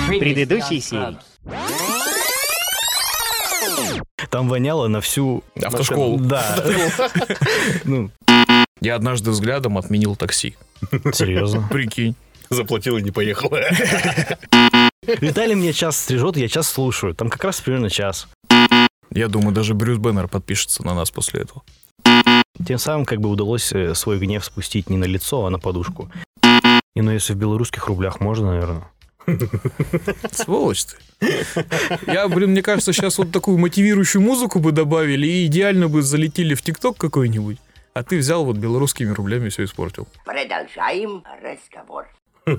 предыдущей серии. Там воняло на всю... Автошколу. Да. Я однажды взглядом отменил такси. Серьезно? Прикинь. Заплатил и не поехал. Виталий меня час стрижет, я час слушаю. Там как раз примерно час. Я думаю, даже Брюс Беннер подпишется на нас после этого. Тем самым как бы удалось свой гнев спустить не на лицо, а на подушку. И ну если в белорусских рублях можно, наверное. Сволочь ты. Мне кажется, сейчас вот такую мотивирующую музыку бы добавили и идеально бы залетели в ТикТок какой-нибудь. А ты взял вот белорусскими рублями все испортил. Продолжаем разговор. У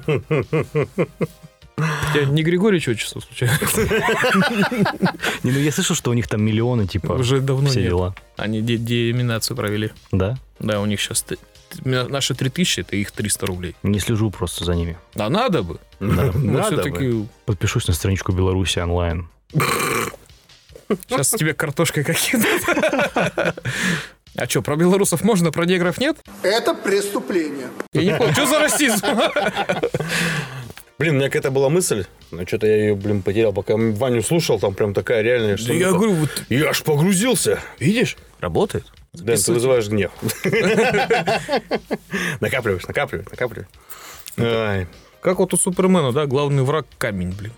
тебя не Григорьевич отчество случайно? Не, ну я слышал, что у них там миллионы, типа, Уже давно все нет. дела. Они деэминацию провели. Да? Да, у них сейчас... Наши 3000, это их 300 рублей. Не слежу просто за ними. А надо бы. Да. Но Надо все-таки... Подпишусь на страничку Беларуси онлайн. Сейчас тебе картошкой какие-то. А что, про белорусов можно, про негров нет? Это преступление. Я не понял, что за расизм? Блин, у меня какая-то была мысль, но что-то я ее, потерял. Пока Ваню слушал, там прям такая реальная... Да я говорю, вот... Я аж погрузился. Видишь? Работает. Да, ты вызываешь гнев. Накапливаешь. Ай. Как вот у Супермена, да, главный враг камень, блин.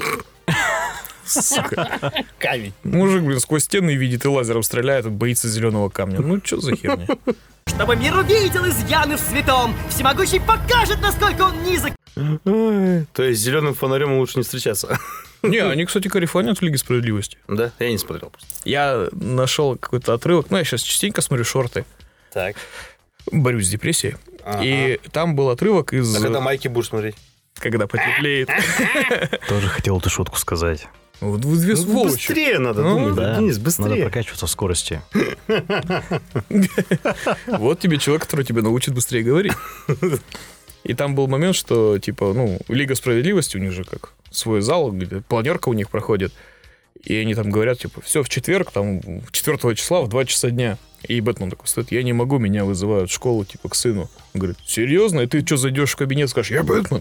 Сука. Камень. Мужик, блин, сквозь стены видит и лазером стреляет, боится зеленого камня. Ну, что за херня? Чтобы мир увидел изъяны в святом, всемогущий покажет, насколько он низок. Ой, то есть с зеленым фонарем лучше не встречаться. Не, они, кстати, карифанят в Лиге Справедливости. Да? Я не смотрел просто. Я нашел какой-то отрывок, я сейчас частенько смотрю шорты. Так. Борюсь с депрессией. Ага. И там был отрывок из... А когда майки будешь смотреть? Когда потеплеет. Тоже хотел эту шутку сказать. Вот вы две сволочи. Быстрее надо думать, Да, Денис, надо быстрее. прокачиваться в скорости. Вот тебе человек, который тебя научит быстрее говорить. И там был момент, что, типа, Лига Справедливости, у них же как свой зал, где планерка у них проходит. И они там говорят, типа, все, в четверг, 4 числа в 2 часа дня. И Бэтмен такой стоит, я не могу, меня вызывают в школу, типа, к сыну. Он говорит, серьезно? И ты что, зайдешь в кабинет и скажешь, я Бэтмен?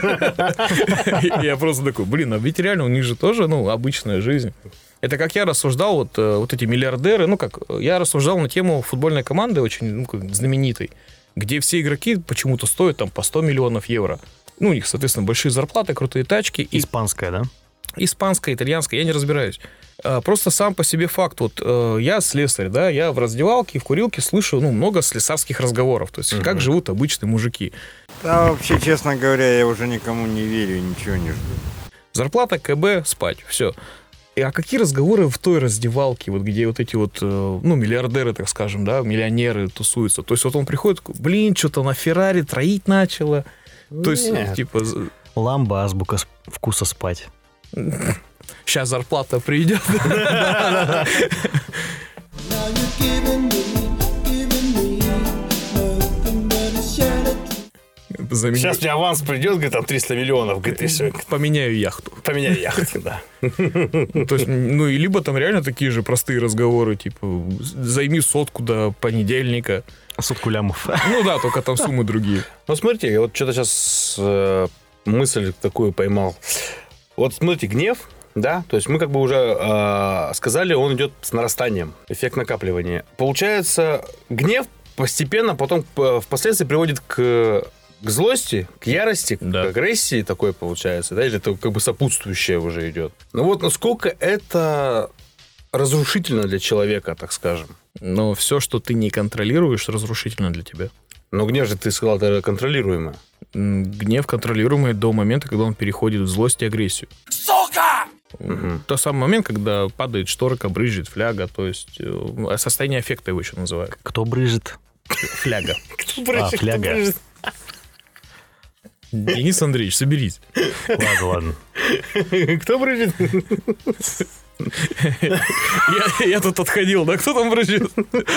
Я просто такой, блин, а ведь реально у них же тоже, обычная жизнь. Это как я рассуждал, вот эти миллиардеры, я рассуждал на тему футбольной команды очень знаменитой, где все игроки почему-то стоят там по 100 миллионов евро. У них, соответственно, большие зарплаты, крутые тачки. Испанская, да? Испанская, итальянская, я не разбираюсь. Просто сам по себе факт. Вот я слесарь, да, я в раздевалке, в курилке слышу, много слесарских разговоров. То есть, как живут обычные мужики. Да, вообще, честно говоря, я уже никому не верю, ничего не жду. Зарплата, КБ, спать, все. А какие разговоры в той раздевалке, вот где вот эти вот, миллиардеры, так скажем, да, миллионеры тусуются. То есть, вот он приходит, блин, что-то на Феррари троить начало. То есть, типа... Ламба, азбука вкуса спать. Сейчас зарплата придет. Сейчас мне аванс придет, говорит, там 300 миллионов. Говорит, и все. Поменяю яхту. Поменяй яхту, да. То есть, и либо там реально такие же простые разговоры, типа, займи 100 до понедельника. 100 лямов. Да, только там суммы другие. Смотрите, я вот что-то сейчас мысль такую поймал. Вот смотрите, гнев, да, то есть мы как бы уже сказали, он идет с нарастанием, эффект накапливания. Получается, гнев постепенно потом впоследствии приводит к злости, к ярости, да. К агрессии такой получается, да, или это как бы сопутствующее уже идет. Но вот насколько это разрушительно для человека, так скажем. Но все, что ты не контролируешь, разрушительно для тебя. Но гнев же, ты сказал, это контролируемое. Гнев контролируемый до момента, когда он переходит в злость и агрессию. Сука! Тот самый момент, когда падает шторка, брызжет фляга, то есть состояние аффекта его еще называют. Кто брызжет? Фляга. Фляга. Денис Андреевич, соберись. Ладно. Кто брызжет? Я тут отходил, да? Кто там брызжет?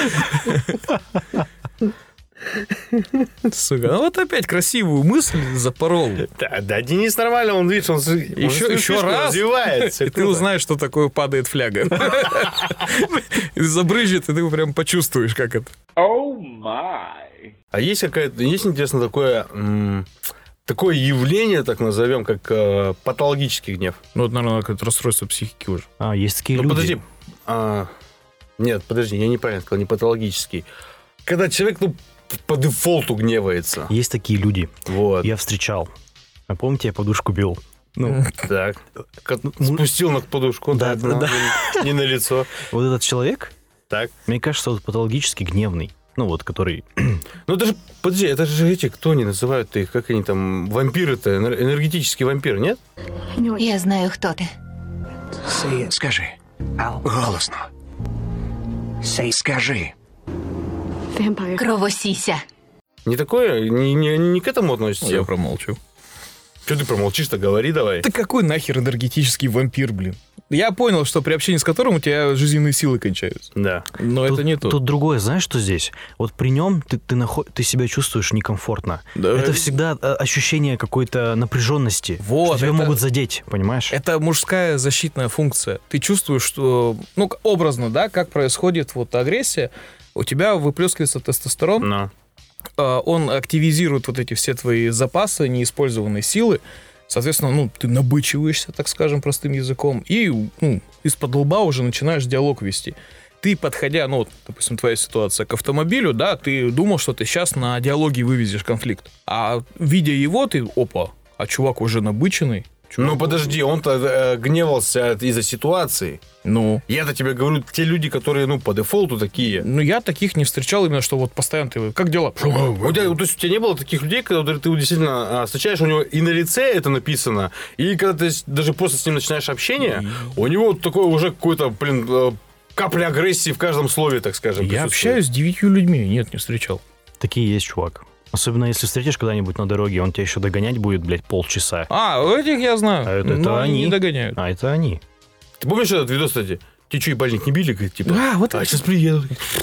Сука, вот опять красивую мысль запорол. Да, Денис нормально, он видишь, он еще раз развивается. И ты узнаешь, что такое падает фляга. И забрызжет, и ты прям почувствуешь, как это. А есть какая-то, есть интересно такое такое явление, так назовем, как патологический гнев. Ну, это, наверное, какое-то расстройство психики уже. Есть такие люди. Подожди. Нет, подожди, я неправильно сказал, не патологический. Когда человек, по дефолту гневается. Есть такие люди. Вот. Я встречал. А помните, я подушку бил? Так. Спустил на подушку. Да. Не на лицо. Вот этот человек, Так. мне кажется, вот патологически гневный. Который... Ну, это же, подожди, это же эти, кто они называют их, как они там, вампиры-то, энергетический вампир, нет? Я знаю, кто ты. Скажи. Голосно. Скажи. Кровосися. Не такое? Не к этому относится? Я промолчу. Что ты промолчишь-то? Говори давай. Ты какой нахер энергетический вампир, блин? Я понял, что при общении с которым у тебя жизненные силы кончаются. Да. Но это не то. Тут другое, знаешь, что здесь? Вот при нем ты себя чувствуешь некомфортно. Да. Это всегда ощущение какой-то напряженности. Вот, что тебя это- могут задеть, понимаешь? Это мужская защитная функция. Ты чувствуешь, что, образно, да, как происходит вот агрессия, у тебя выплескивается тестостерон, Но. он активизирует вот эти все твои запасы неиспользованной силы, соответственно, ты набычиваешься, так скажем, простым языком, и из-под лба уже начинаешь диалог вести. Ты, подходя, допустим, твоя ситуация к автомобилю, да, ты думал, что ты сейчас на диалоге вывезешь конфликт, а видя его, ты, а чувак уже набыченный. Ну, подожди, он-то гневался из-за ситуации. Я-то тебе говорю, те люди, которые, по дефолту такие. Я таких не встречал именно, что вот постоянно ты... Как дела? То есть у тебя не было таких людей, когда ты действительно встречаешь, у него и на лице это написано, и когда ты даже просто с ним начинаешь общение, у него такое уже какое-то, капля агрессии в каждом слове, так скажем. Я общаюсь с 9 людьми. Нет, не встречал. Такие есть, чувак. Особенно если встретишь когда-нибудь на дороге, он тебя еще догонять будет, полчаса. Этих я знаю. А это но они. не догоняют. А это они. Ты помнишь этот видос, кстати? Тебе что, ебальник не били? Говорит, типа, вот это. сейчас приеду.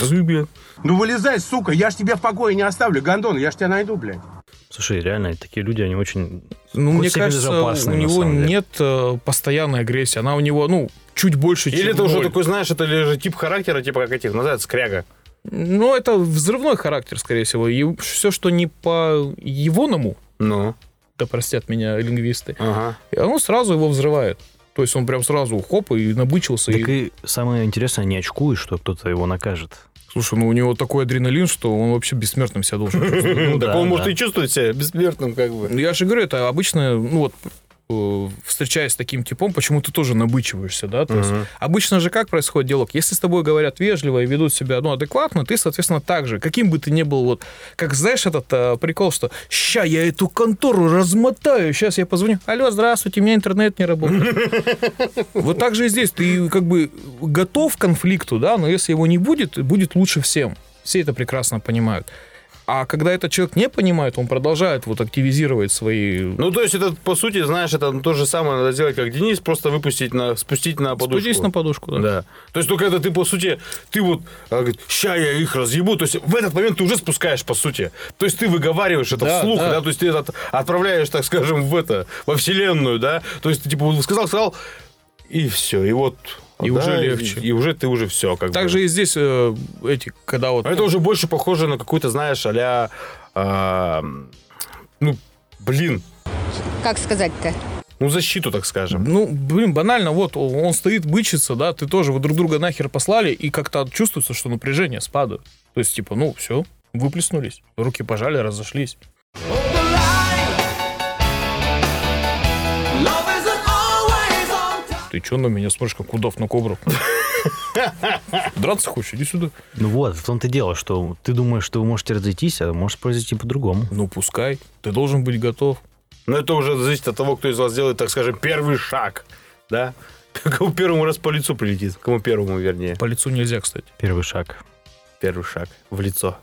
Ну вылезай, сука, я ж тебя в покое не оставлю, гондон, я ж тебя найду, блядь. Слушай, реально, такие люди, они очень... Мне себе кажется, безопасные, у на него самом деле. нет постоянной агрессии. Она у него, чуть больше, чем Или это уже 0. такой, знаешь, это же тип характера, типа как этих, называется, скряга. Это взрывной характер, скорее всего. И все, что не по егоному, Ну. да простят меня лингвисты, Ага. и оно сразу его взрывает. То есть он прям сразу хоп и набычился. Так и самое интересное, не очкуешь, что кто-то его накажет. Слушай, у него такой адреналин, что он вообще бессмертным себя должен чувствовать. Так он может и чувствовать себя бессмертным, как бы. Я же говорю, это обычно, встречаясь с таким типом, почему ты тоже набычиваешься, да? То есть обычно же как происходит диалог? Если с тобой говорят вежливо и ведут себя, адекватно, ты, соответственно, так же, каким бы ты ни был, как, знаешь, этот прикол, что ща я эту контору размотаю, сейчас я позвоню, алло, здравствуйте, у меня интернет не работает. Вот так же и здесь, ты как бы готов к конфликту, да, но если его не будет, будет лучше всем. Все это прекрасно понимают. А когда этот человек не понимает, он продолжает активизировать свои... То есть это, по сути, знаешь, это то же самое надо сделать, как Денис, просто спустить на подушку. Спустись на подушку, да. Да. То есть только это ты, по сути, говорит, ща я их разъебу. То есть в этот момент ты уже спускаешь, по сути. То есть ты выговариваешь это вслух, да. То есть ты это отправляешь, так скажем, во вселенную, да. То есть ты, типа, сказал, и все, и вот... И уже легче. И уже ты уже все. Так же и здесь когда вот... Это уже больше похоже на какую-то, знаешь, а-ля... Как сказать-то? защиту, так скажем. Банально, он стоит, бычится, да, ты тоже, вы друг друга нахер послали, и как-то чувствуется, что напряжение спадает. То есть, типа, все, выплеснулись, руки пожали, разошлись. Ты что на меня смотришь, как удав на кобру? Драться хочешь? Иди сюда. В том-то и дело, что ты думаешь, что вы можете разойтись, а может произойти по-другому. Пускай. Ты должен быть готов. Но это уже зависит от того, кто из вас делает, так скажем, первый шаг, да? Кому первому раз по лицу прилетит? Кому первому, вернее? По лицу нельзя, кстати. Первый шаг. Первый шаг в лицо.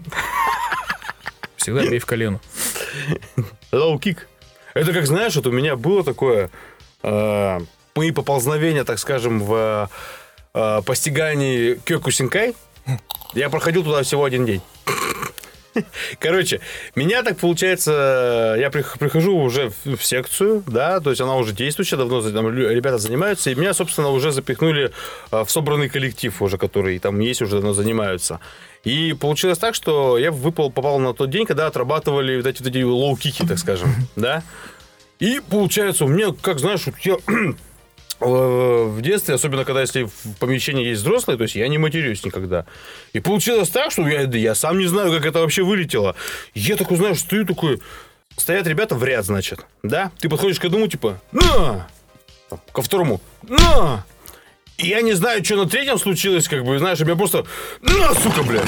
Всегда бей в колено. Лоу-кик. Это как, знаешь, у меня было такое... мои поползновения, так скажем, в постигании Кёкусинкай. Я проходил туда всего один день. Короче, меня так получается, я прихожу уже в секцию, да, то есть она уже действующая, давно там ребята занимаются, и меня, собственно, уже запихнули в собранный коллектив уже, который там есть, уже давно занимаются. И получилось так, что я попал на тот день, когда отрабатывали вот эти лоу-кики, так скажем, да. И получается, у меня, как знаешь, вот я... В детстве, особенно когда если в помещении есть взрослые, то есть я не матерюсь никогда. И получилось так, что я сам не знаю, как это вообще вылетело. Я такой, знаешь, стою такой... Стоят ребята в ряд, значит, да? Ты подходишь к одному, типа, на! Ко второму, на! И я не знаю, что на третьем случилось, как бы, знаешь, у меня просто, на, сука, блядь!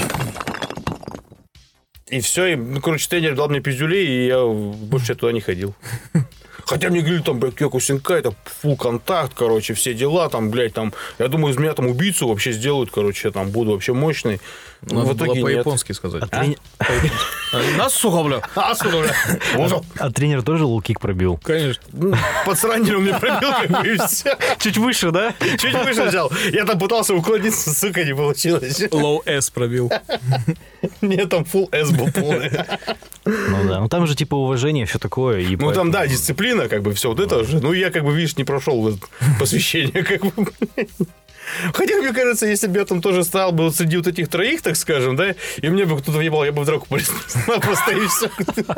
И все, и, короче, тренер дал мне пиздюлей, и я больше туда не ходил. Хотя мне говорили, там, блядь, Кёкусинка, это фулл контакт, короче, все дела, там, блядь, там, я думаю, из меня там убийцу вообще сделают, короче, я там буду вообще мощный. Надо в итоге было по-японски сказать. Нас, сука, бля. А тренер тоже лоу-кик пробил? Конечно. Подсранили он мне пробил, как бы, и все. Чуть выше, да? Чуть выше взял. Я там пытался уклониться, сука, не получилось. Low-S пробил. Нет, там full S был полный. Ну да, ну там же типа уважение, все такое. И ну там, да, дисциплина, как бы, все вот это уже. Ну я, как бы, видишь, не прошел посвящение, как бы. Хотя, мне кажется, если бы я там тоже стал бы среди вот этих троих, так скажем, да, и мне бы кто-то въебал, я бы в драку полез. Просто и все.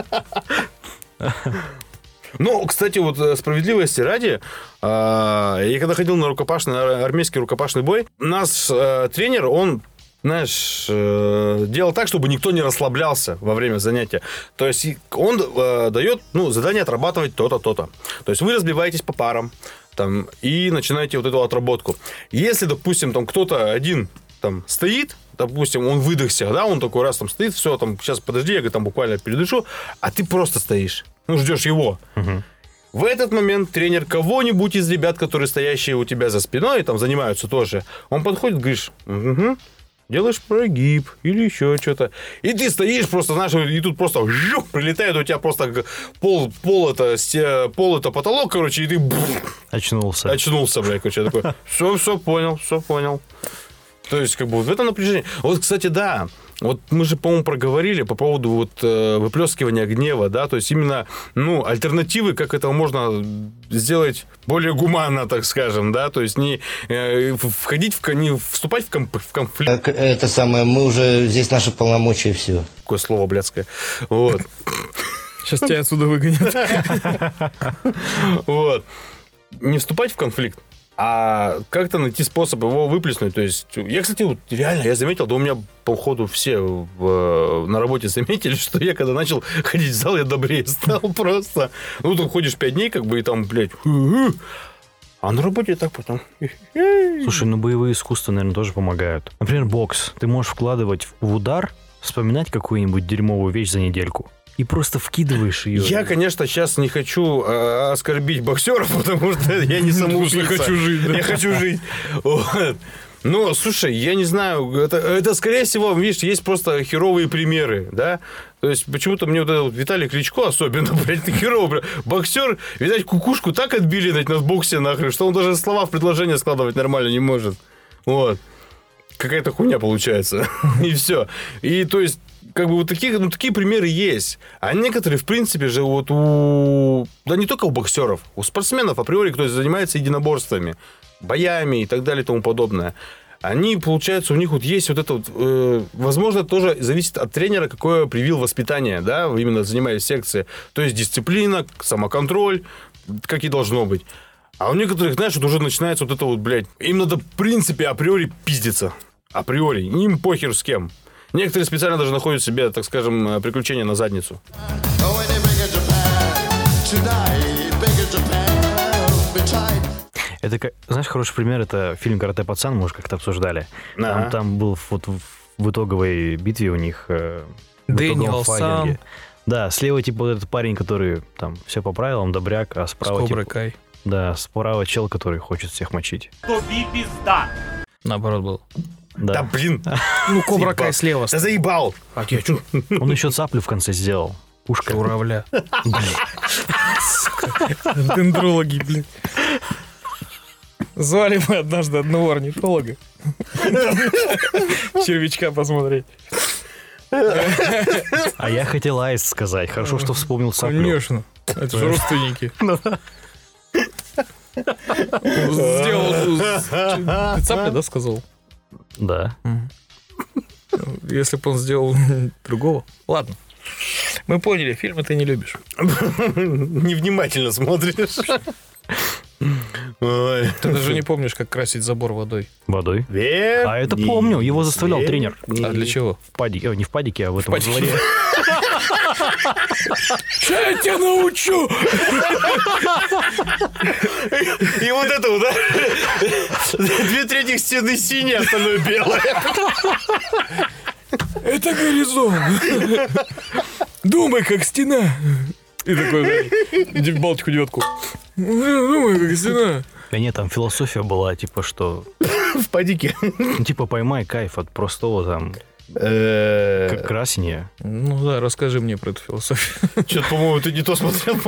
Ну, кстати, вот справедливости ради, я когда ходил на армейский рукопашный бой, наш тренер, он, знаешь, делал так, чтобы никто не расслаблялся во время занятия. То есть он дает, ну, задание отрабатывать то-то, то-то. То есть вы разбиваетесь по парам там, и начинаете вот эту отработку. Если, допустим, там кто-то один там стоит, допустим, он выдохся, да, он такой раз там стоит, все, там, сейчас подожди, я там буквально передышу, а ты просто стоишь, ну, ждешь его. Угу. В этот момент тренер кого-нибудь из ребят, которые стоящие у тебя за спиной, там, занимаются тоже, он подходит, говоришь, угу, делаешь прогиб или еще что-то. И ты стоишь просто, знаешь, и тут просто жух, прилетает у тебя просто пол это потолок, короче, и ты очнулся, блядь, короче, я такой, все понял. То есть, как бы, вот это напряжение. Вот, кстати, да, вот мы же, по-моему, проговорили по поводу вот выплескивания гнева, да, то есть именно, ну, альтернативы, как это можно сделать более гуманно, так скажем, да, то есть не вступать в конфликт. Это самое, мы уже, здесь наши полномочия, все. Какое слово блядское. Вот. Сейчас тебя отсюда выгонят. Вот. Не вступать в конфликт, а как-то найти способ его выплеснуть. То есть, я, кстати, вот, реально, я заметил, да у меня, по ходу, все на работе заметили, что я, когда начал ходить в зал, я добрее стал просто. Ну, ты ходишь 5 дней, как бы, и там, блядь, а на работе так потом. Слушай, ну, боевые искусства, наверное, тоже помогают. Например, бокс. Ты можешь вкладывать в удар, вспоминать какую-нибудь дерьмовую вещь за недельку. И просто вкидываешь ее. Я, конечно, сейчас не хочу оскорбить боксеров, потому что я не самоубийца. Я хочу жить. Вот. Но, слушай, я не знаю, это, скорее всего, видишь, есть просто херовые примеры, да? То есть, почему-то мне вот этот Виталий Кличко особенно, блядь, херовый. Боксер, видать, кукушку так отбили на боксе, нахрен, что он даже слова в предложение складывать нормально не может. Вот. Какая-то хуйня получается. И все. И, то есть, как бы вот такие примеры есть. А некоторые, в принципе же, вот да не только у боксеров, у спортсменов априори, кто занимается единоборствами, боями и так далее и тому подобное, они, получается, у них вот есть вот это вот, возможно, тоже зависит от тренера, какое привил воспитание, да, именно занимаясь секцией. То есть дисциплина, самоконтроль, как и должно быть. А у некоторых, знаешь, вот уже начинается вот это вот, блядь, им надо, в принципе, априори пиздиться. Априори. Им похер с кем. Некоторые специально даже находят себе, так скажем, приключения на задницу. Это, знаешь, хороший пример, это фильм «Карате пацан», мы уже как-то обсуждали. Там был вот в итоговой битве у них... Дэниел Сан. Да, слева типа вот этот парень, который там все по правилам, добряк, а справа... Кобра Кай. Да, справа чел, который хочет всех мочить. Тоби пизда! Наоборот был. Да, блин. Ну, Кобра Кай слева. Да заебал. А я что? Он еще цаплю в конце сделал. Пушка. Журавля. Дендрологи, блин. Звали мы однажды одного орнитолога. Червячка посмотреть. А я хотел аист сказать. Хорошо, что вспомнил соплю. Конечно. Это же родственники. Сделал... Ты цапля, да, сказал? Да. Если бы он сделал другого. Ладно. Мы поняли, фильмы ты не любишь. Невнимательно смотришь. Ой. Ты даже не помнишь, как красить забор водой. Водой? Вверх, А это помню, его заставлял вверх, тренер. А для чего? В падике, не в падике, а в этом дворе. Сейчас я тебя научу! И вот это вот, да? 2/3 стены синие, остальное белое. Это горизонт. Думай, как стена. И такой, да, Балтику девятку. Думай, как стена. Да нет, там философия была, типа, что... В падике. Ну, типа, поймай кайф от простого там... Как красение. Ну да, расскажи мне про эту философию. Что-то, по-моему, ты не то смотрел.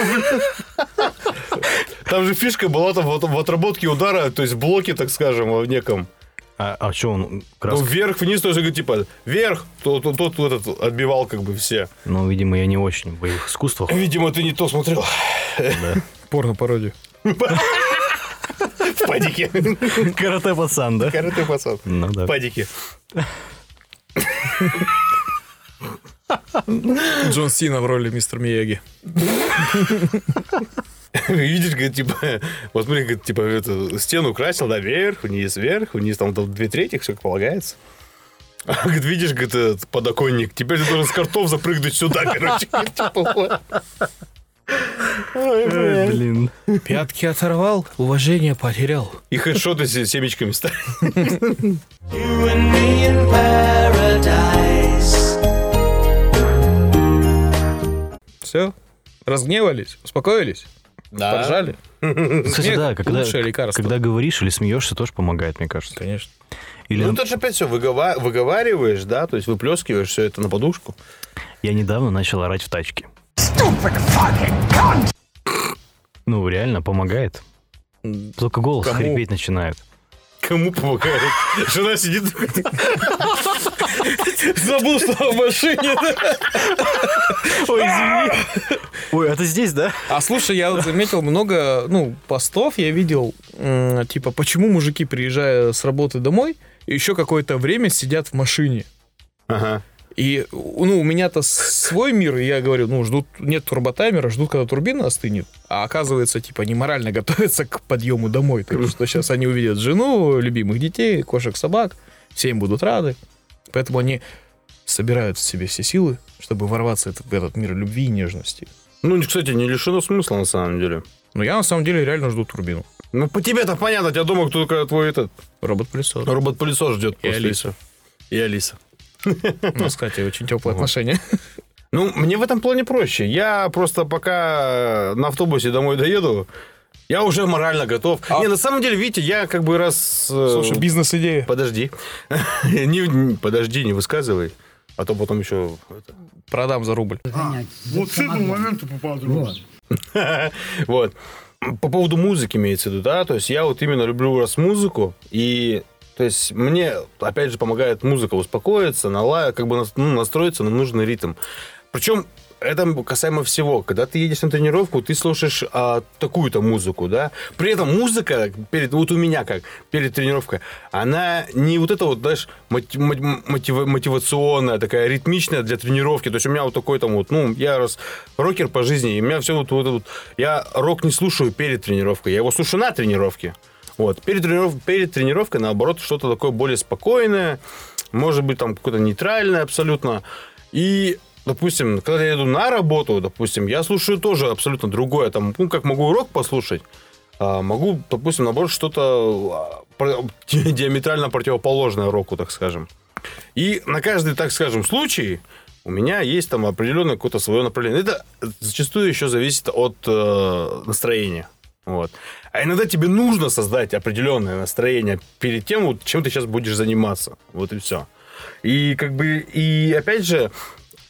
Там же фишка была там в отработке удара, то есть блоки, так скажем, в неком. А что он? Ну, вверх-вниз тоже, типа, вверх, тот этот отбивал как бы все. Ну, видимо, я не очень в боевых искусствах. Видимо, ты не то смотрел. Да. Порно-пародию. В падике. Карате-пацан, да? Карате-пацан. Ну да. В падике. Джон Сина в роли мистер Мияги. Видишь, говорит, типа, вот смотри, говорит, типа, эту стену красил, да, вверх, вниз, там 2/3, все как полагается. А, говорит, видишь, говорит, этот подоконник, теперь ты должен с картов запрыгнуть сюда, короче. Ой, блин. Пятки оторвал, уважение потерял. И хедшоты с семечками стали. Все? Разгневались? Успокоились? Да. Поржали? Кстати, да, лучшее лекарство. когда говоришь или смеешься, тоже помогает, мне кажется. Конечно. Или... Ну, ты же опять все выговариваешь, да, то есть выплескиваешь все это на подушку. Я недавно начал орать в тачке. Ну, реально, помогает. Только голос Кому? хрипеть начинает. Кому помогает? Жена сидит. Забыл, что в машине. Ой, извини. Ой, это здесь, да? А слушай, я вот заметил много, постов я видел, типа, почему мужики, приезжая с работы домой, еще какое-то время сидят в машине. Ага. И, у меня-то свой мир, и я говорю, ждут, нет турботаймера, ждут, когда турбина остынет. А оказывается, типа, они морально готовятся к подъему домой. Так что сейчас они увидят жену, любимых детей, кошек, собак, все им будут рады. Поэтому они собирают в себе все силы, чтобы ворваться в этот мир любви и нежности. Ну, кстати, не лишено смысла, на самом деле. Но я, на самом деле, реально жду турбину. Ну, по тебе-то понятно, у тебя дома кто-то твой этот... Робот-пылесос. Робот-пылесос ждет. И Алиса. И Алиса. У нас, кстати, очень теплые отношения. Ну, мне в этом плане проще. Я просто пока на автобусе домой доеду, я уже морально готов. Не, на самом деле, видите, я как бы раз... Слушай, бизнес-идея. Подожди. Подожди, не высказывай. А то потом еще... Продам за рубль. Вот с этого момента поподробнее. Вот. По поводу музыки имеется в виду, да? То есть я вот именно люблю раз музыку, и... То есть мне, опять же, помогает музыка успокоиться, как бы настроиться на нужный ритм. Причем это касаемо всего. Когда ты едешь на тренировку, ты слушаешь такую-то музыку, да? При этом музыка, вот у меня как, перед тренировкой, она не вот это вот, знаешь, мотивационная, такая ритмичная для тренировки. То есть у меня вот такой там вот, я рокер по жизни, и у меня все вот, я рок не слушаю перед тренировкой, я его слушаю на тренировке. Вот. Перед тренировкой, наоборот, что-то такое более спокойное, может быть, там какое-то нейтральное абсолютно. И, допустим, когда я иду на работу, допустим, я слушаю тоже абсолютно другое. Там, как могу рок послушать, могу, допустим, наоборот, что-то диаметрально противоположное року, так скажем. И на каждый, так скажем, случай у меня есть там определенное какое-то свое направление. Это зачастую еще зависит от настроения. Вот. А иногда тебе нужно создать определенное настроение перед тем, вот, чем ты сейчас будешь заниматься. Вот и все. И как бы, и опять же,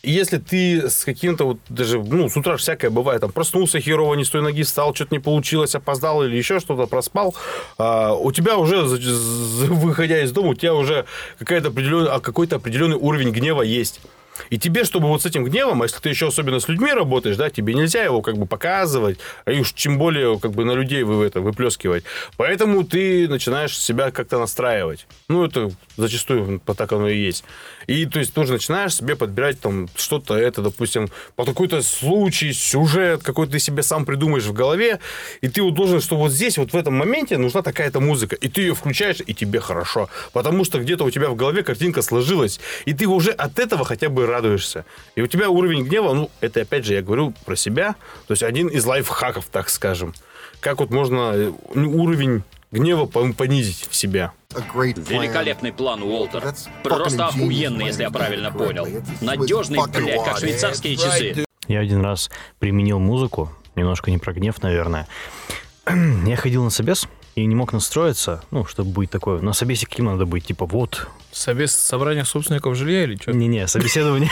если ты с каким-то вот даже, ну, с утра всякое бывает, там, проснулся херово, не с той ноги встал, что-то не получилось, опоздал или еще что-то, проспал, у тебя уже, выходя из дома, у тебя уже какой-то определенный уровень гнева есть. И тебе, чтобы вот с этим гневом, а если ты еще особенно с людьми работаешь, да, тебе нельзя его как бы показывать, и уж тем более как бы на людей выплескивать. Поэтому ты начинаешь себя как-то настраивать. Ну, это зачастую так оно и есть. И, то есть, тоже начинаешь себе подбирать там что-то, допустим, по какой-то случай, сюжет, какой-то ты себе сам придумаешь в голове, и ты вот должен, что вот здесь, вот в этом моменте нужна такая-то музыка, и ты ее включаешь, и тебе хорошо. Потому что где-то у тебя в голове картинка сложилась, и ты уже от этого хотя бы радуешься. И у тебя уровень гнева, ну, это опять же я говорю про себя, то есть один из лайфхаков, так скажем. Как вот можно уровень гнева понизить в себя. Великолепный план, Уолтер. Просто охуенный, если я правильно понял. Надежный, блядь, как швейцарские часы. Я один раз применил музыку, немножко не про гнев, наверное. Я ходил на собес и не мог настроиться, ну, чтобы быть такой. На собесе каким надо быть? Типа вот. Собес собрание собственников жилья или что? Не-не, собеседование.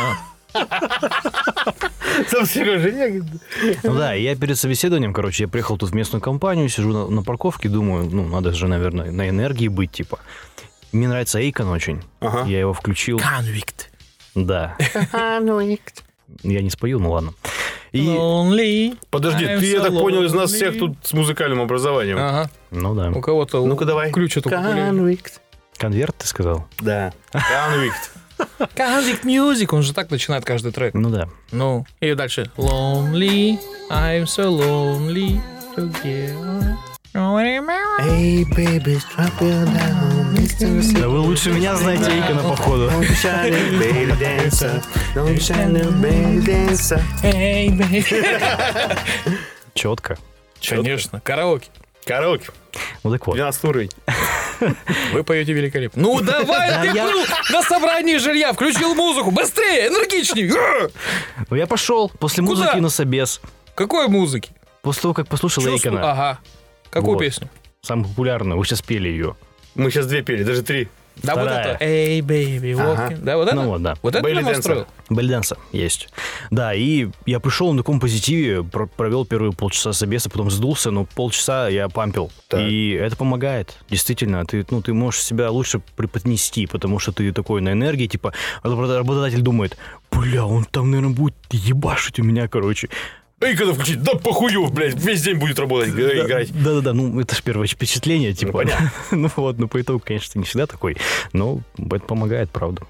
Ну да, я перед собеседованием, короче, я приехал тут в местную компанию, сижу на парковке, думаю, ну, надо же, наверное, на энергии быть, типа. Мне нравится Эйкон очень. Я его включил. Convict. Да. Я не спою, ну ладно. Lonely. Подожди, ты, я так понял, из нас всех тут с музыкальным образованием. Ага. Ну да. У кого-то ну-ка давай. Ключ от Convict. Конверт, ты сказал? Да. Convict. Convict Music, он же так начинает каждый трек. Ну да. Ну, и дальше. Lonely, I'm so lonely together. Hey, baby, drop it down. Да вы лучше меня знаете Эйкона, походу. Четко. Конечно, караоке. Караоке. Ну так вот. 12 уровень. Вы поете великолепно. Ну давай, ты был на собрании жилья, включил музыку. Быстрее, энергичней. Ну я пошел после музыки на собес. Какой музыки? После того, как послушал Эйкона. Ага. Какую песню? Самую популярную. Вы сейчас пели ее. Мы сейчас 2 пели, даже 3. Да, вот это. Эй, бэйби, walking. Да, вот это? Ну вот, да. Вот это я настроил? Белли-дэнса есть. Да, и я пришел на таком позитиве, провел первые полчаса собеса, потом сдулся, но полчаса я пампил. Так. И это помогает. Действительно, ты можешь себя лучше преподнести, потому что ты такой на энергии, типа, работодатель думает, бля, он там, наверное, будет ебашить у меня, короче. И когда включить, да похую, блядь, весь день будет работать, играть. Да-да-да, ну это же первое впечатление, типа. Ну, понятно. Ну вот, ну по итогу, конечно, не всегда такой, но это помогает, правда.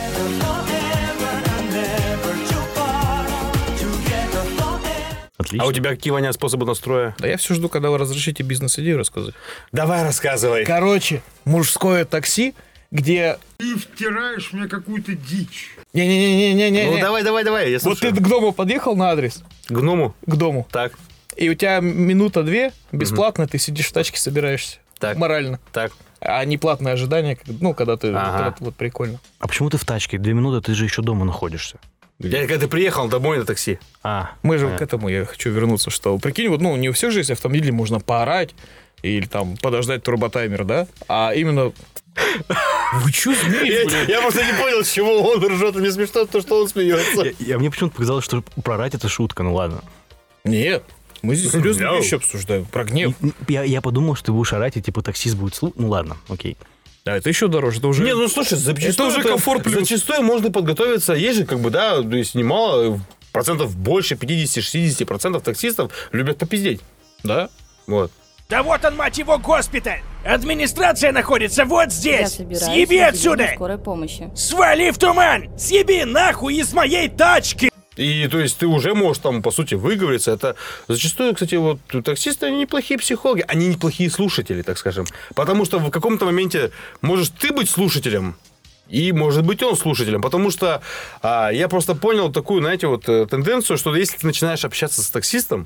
Отлично. А у тебя какие, Ваня, способы настроя? Да я все жду, когда вы разрешите бизнес-идею рассказать. Давай, рассказывай. Короче, мужское такси, где... Ты втираешь мне какую-то дичь. Не-не-не-не-не. Ну давай, я слушаю. Вот ты к дому подъехал на адрес. К дому? К дому. Так. И у тебя минута-две бесплатно, ты сидишь в тачке, собираешься. Так. Морально. Так. А не платное ожидание, ну, когда ты... Вот прикольно. А почему ты в тачке? 2 минуты, ты же еще дома находишься. Я когда ты приехал домой на такси. Мы же к этому, я хочу вернуться, что, прикинь, вот, ну, не у всех же есть автомобили, можно поорать или там подождать турботаймер, да? А именно... Вы что смеетесь, блядь? Я просто не понял, с чего он ржет. Мне смешно то, что он смеется. Мне почему-то показалось, что прорать это шутка, ну ладно. Нет, мы здесь серьезные вещи обсуждаем, про гнев. Я подумал, что ты будешь орать, и типа таксист будет слушать. Ну ладно, окей. Да, это еще дороже, это уже... Не, ну слушай, это уже комфорт плюс. Зачастую можно подготовиться, есть же, как бы, да, то есть немало, процентов больше, 50-60% таксистов любят попиздеть. Да? Вот. Да вот он, мать его, госпиталь! Администрация находится вот здесь! Съеби отсюда! Скорой помощи. Свали в туман! Съеби нахуй из моей тачки! И, то есть, ты уже можешь там, по сути, выговориться. Это зачастую, кстати, вот таксисты, они неплохие психологи, они неплохие слушатели, так скажем. Потому что в каком-то моменте можешь ты быть слушателем, и, может быть, он слушателем. Потому что я просто понял такую, знаете, вот тенденцию, что если ты начинаешь общаться с таксистом,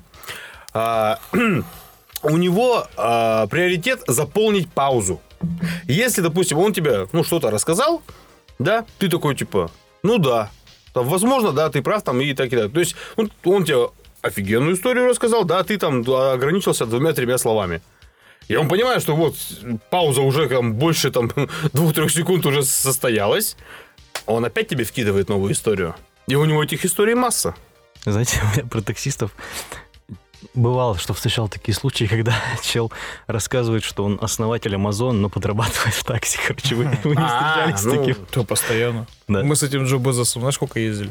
у него приоритет заполнить паузу. Если, допустим, он тебе, ну, что-то рассказал, да, ты такой, типа, ну да, там, возможно, да, ты прав, там, и так, и так. То есть, он тебе офигенную историю рассказал, да, ты там ограничился 2-3 словами. И он понимает, что вот пауза уже там больше там 2-3 секунд уже состоялась, он опять тебе вкидывает новую историю. И у него этих историй масса. Знаете, у меня про таксистов бывало, что встречал такие случаи, когда чел рассказывает, что он основатель Амазон, но подрабатывает в такси. Короче, вы не встречались с таким? То постоянно. Да. Мы с этим Джо Безосом, знаешь, сколько ездили?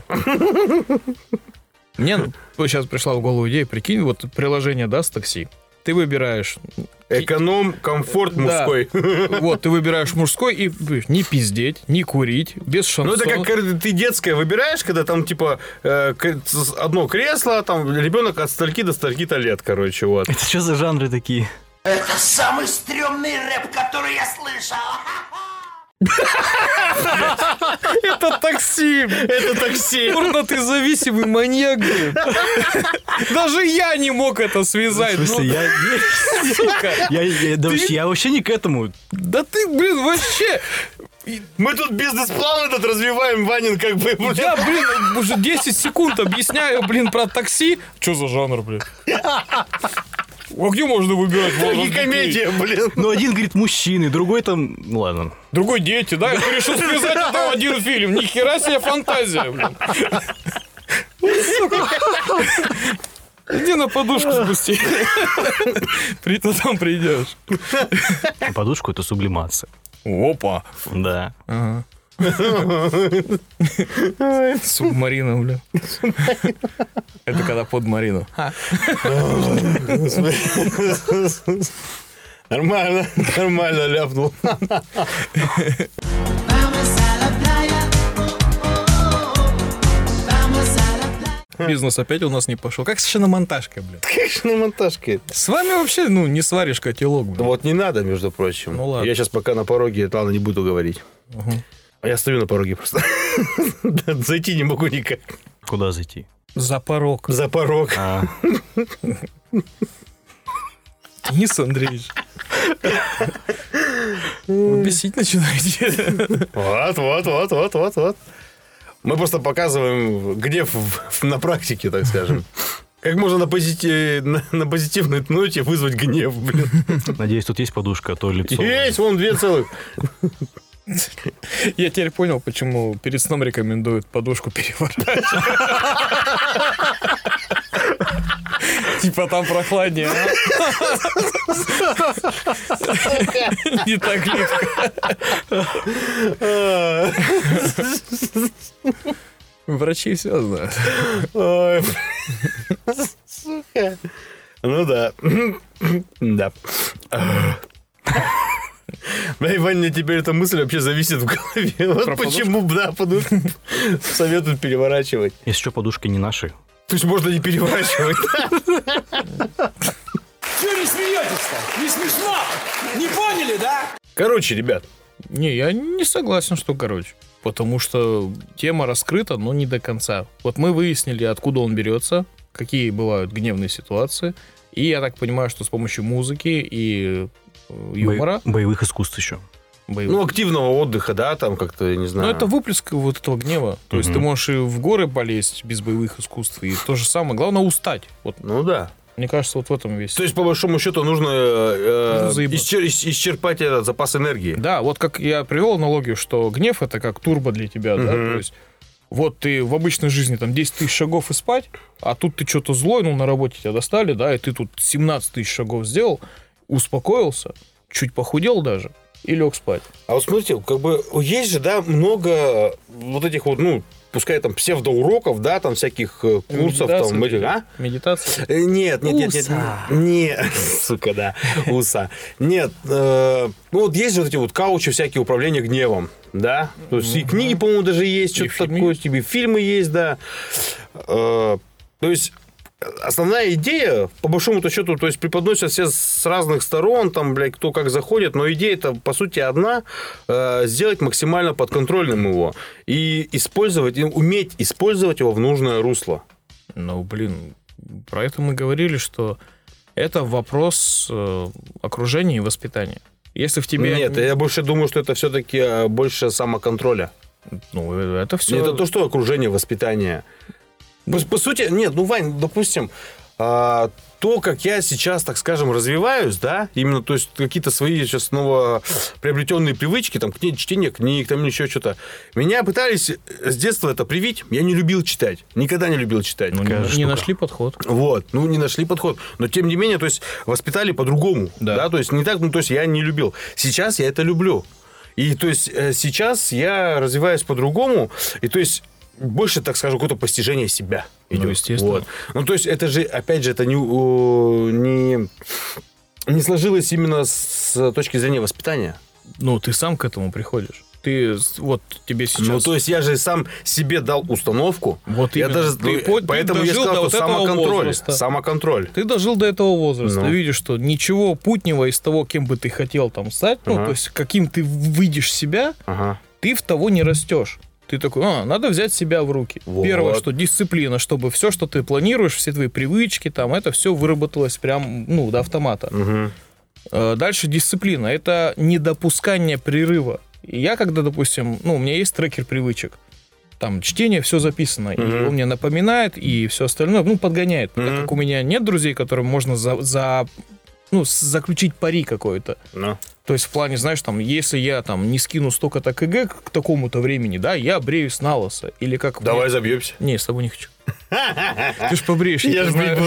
Мне сейчас пришла в голову идея, прикинь, вот приложение, да, с такси. Ты выбираешь... Эконом, комфорт мужской. Вот, ты выбираешь мужской и не пиздеть, не курить, без шансона. Ну, это как ты детское выбираешь, когда там, типа, одно кресло, там, ребенок от стольки до стольки-то лет, короче, вот. Это что за жанры такие? Это самый стрёмный рэп, который я слышал. Это такси! Это такси! Курно, ты зависимый маньяк, блин. Даже я не мог это связать. В смысле, я вообще не к этому. Да ты, блин, вообще... Мы тут бизнес-план этот развиваем, Ванин, как бы, блин. Я, блин, уже 10 секунд объясняю, блин, про такси. Что за жанр, блин? А где можно выбирать? Трагикомедия, блин. Ну, один говорит мужчины, другой там... Ну, ладно. Другой дети, да? Ты решил связать это в один фильм. Ни хера себе фантазия, блин. Сука. Иди на подушку спусти. Там придешь. Подушку — это сублимация. Опа. Да. Ага. Субмарина, бля. Это когда под Марину. Нормально ляпнул. Бизнес опять у нас не пошел. Как с шиномонтажкой, блин? Как шиномонтажкой? С вами вообще, не сваришь котелок, блин. Вот не надо, между прочим. Ну ладно. Я сейчас пока на пороге, ладно, не буду говорить. А я стою на пороге просто. Зайти не могу никак. Куда зайти? За порог. За порог. Денис Андреевич. Бесить начинаете. Вот. Мы просто показываем гнев на практике, так скажем. Как можно на позитивной ноте вызвать гнев, блин? Надеюсь, тут есть подушка, а то лицо... Есть, вон 2 целых. Я теперь понял, почему перед сном рекомендуют подушку переворачивать. Типа там прохладнее, не так липко. Врачи все знают. Сука. Ну да. Да. Бля, Иван, мне теперь эта мысль вообще зависит в голове. Вот почему, да, подушку советуют переворачивать. Если что, подушки не наши. То есть можно не переворачивать. Чего не смеетесь-то? Не смешно? Не поняли, да? Короче, ребят. Не, я не согласен, что короче. Потому что тема раскрыта, но не до конца. Вот мы выяснили, откуда он берется, какие бывают гневные ситуации. И я так понимаю, что с помощью музыки и юмора... Боевых искусств еще. Ну, активного отдыха, да, там как-то, я не знаю. Ну, это выплеск вот этого гнева. То есть ты можешь и в горы полезть без боевых искусств, и то же самое. Главное, устать. Вот. Ну, да. Мне кажется, вот в этом весь. То есть, по большому счету, нужно исчерпать этот запас энергии. Да, вот как я привел аналогию, что гнев — это как турбо для тебя, да, то есть вот ты в обычной жизни там 10 тысяч шагов и спать, а тут ты что-то злой, на работе тебя достали, да, и ты тут 17 тысяч шагов сделал, успокоился, чуть похудел даже, и лег спать. А вот смотрите, как бы есть же, да, много вот этих вот, пускай там псевдоуроков, да, там всяких курсов, там этих, Медитация? Нет, сука, да, уса. Нет, вот есть же вот эти вот каучи всякие, управления гневом, да, то есть и книги, по-моему, даже есть, что-то такое, тебе фильмы есть, да, то есть основная идея, по большому-то счету, то есть преподносят все с разных сторон, там, блядь, кто как заходит, но идея-то, по сути, одна, сделать максимально подконтрольным его и использовать, уметь использовать его в нужное русло. Ну, блин, про это мы говорили, что это вопрос окружения и воспитания. Если в тебе... Нет, я больше думаю, что это все-таки больше самоконтроля. Ну, это все... Это то, что окружение, воспитание. По сути, нет, Вань, допустим, то, как я сейчас, так скажем, развиваюсь, да, именно, то есть какие-то свои сейчас новоприобретенные привычки, там, чтение книг, там, еще что-то. Меня пытались с детства это привить. Я не любил читать. Никогда не любил читать. Не нашли подход. Вот, не нашли подход. Но, тем не менее, то есть воспитали по-другому. Да, то есть не так, то есть я не любил. Сейчас я это люблю. И, то есть, сейчас я развиваюсь по-другому. И, то есть, больше, так скажем, какое-то постижение себя идет. Естественно. Вот. То есть, это же, опять же, это не сложилось именно с точки зрения воспитания. Ты сам к этому приходишь. Ты, вот тебе сейчас... то есть, я же сам себе дал установку. Вот я именно. даже, поэтому я сказал, что самоконтроль. Ты дожил до этого возраста. Ты видишь, что ничего путнего из того, кем бы ты хотел там стать, то есть, каким ты выйдешь себя, ты в того не растешь. Ты такой, надо взять себя в руки. Вот. Первое, что дисциплина, чтобы все, что ты планируешь, все твои привычки, там, это все выработалось прям, до автомата. Дальше дисциплина. Это недопускание прерыва. И я, когда, допустим, у меня есть трекер привычек, там, чтение, все записано, и он мне напоминает, и все остальное, подгоняет. Так как у меня нет друзей, которым можно заключить пари какой-то. То есть в плане, знаешь, там, если я там не скину столько-то КГ к такому-то времени, да, я бреюсь на лысо. Или как... Давай забьемся. Не, с тобой не хочу. Ты ж побреешь. Я ж брить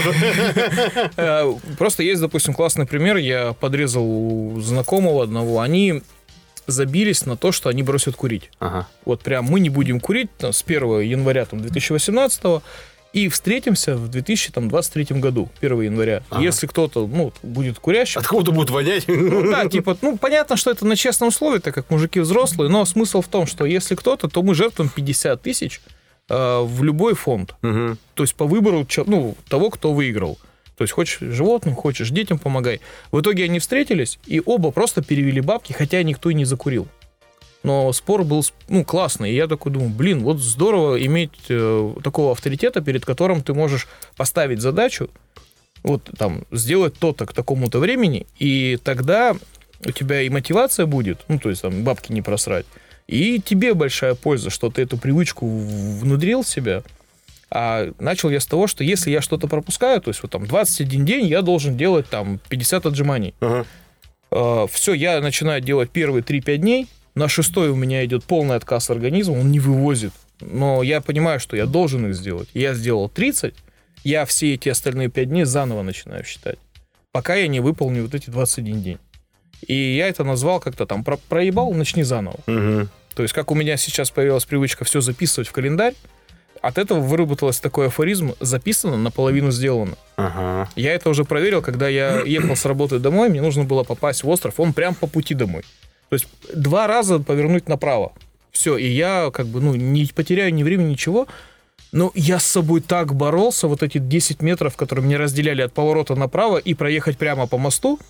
буду. Просто есть, допустим, классный пример. Я подрезал у знакомого одного. Они забились на то, что они бросят курить. Вот прям мы не будем курить с 1 января 2018 и встретимся в 2023 году, 1 января. Если кто-то, будет курящим... От кого-то будет вонять. Понятно, что это на честном слове, так как мужики взрослые, но смысл в том, что если кто-то, то мы жертвуем 50 тысяч в любой фонд. То есть по выбору того, кто выиграл. То есть хочешь животным, хочешь детям помогай. В итоге они встретились, и оба просто перевели бабки, хотя никто и не закурил. Но спор был классный. И я такой думаю, вот здорово иметь такого авторитета, перед которым ты можешь поставить задачу, вот там, сделать то-то к такому-то времени, и тогда у тебя и мотивация будет, то есть там бабки не просрать, и тебе большая польза, что ты эту привычку внедрил в себя. А начал я с того, что если я что-то пропускаю, то есть вот там 21 день я должен делать там 50 отжиманий. Все, я начинаю делать первые 3-5 дней, на 6-й у меня идет полный отказ организма, он не вывозит. Но я понимаю, что я должен их сделать. Я сделал 30, я все эти остальные 5 дней заново начинаю считать, пока я не выполню вот эти 21 день. И я это назвал как-то там проебал, начни заново. То есть как у меня сейчас появилась привычка все записывать в календарь, от этого выработалось такой афоризм: записано, наполовину сделано. Я это уже проверил, когда я ехал с работы домой, мне нужно было попасть в остров, он прям по пути домой. То есть 2 раза повернуть направо. Все, и я не потеряю ни времени, ничего. Но я с собой так боролся, вот эти 10 метров, которые меня разделяли от поворота направо и проехать прямо по мосту,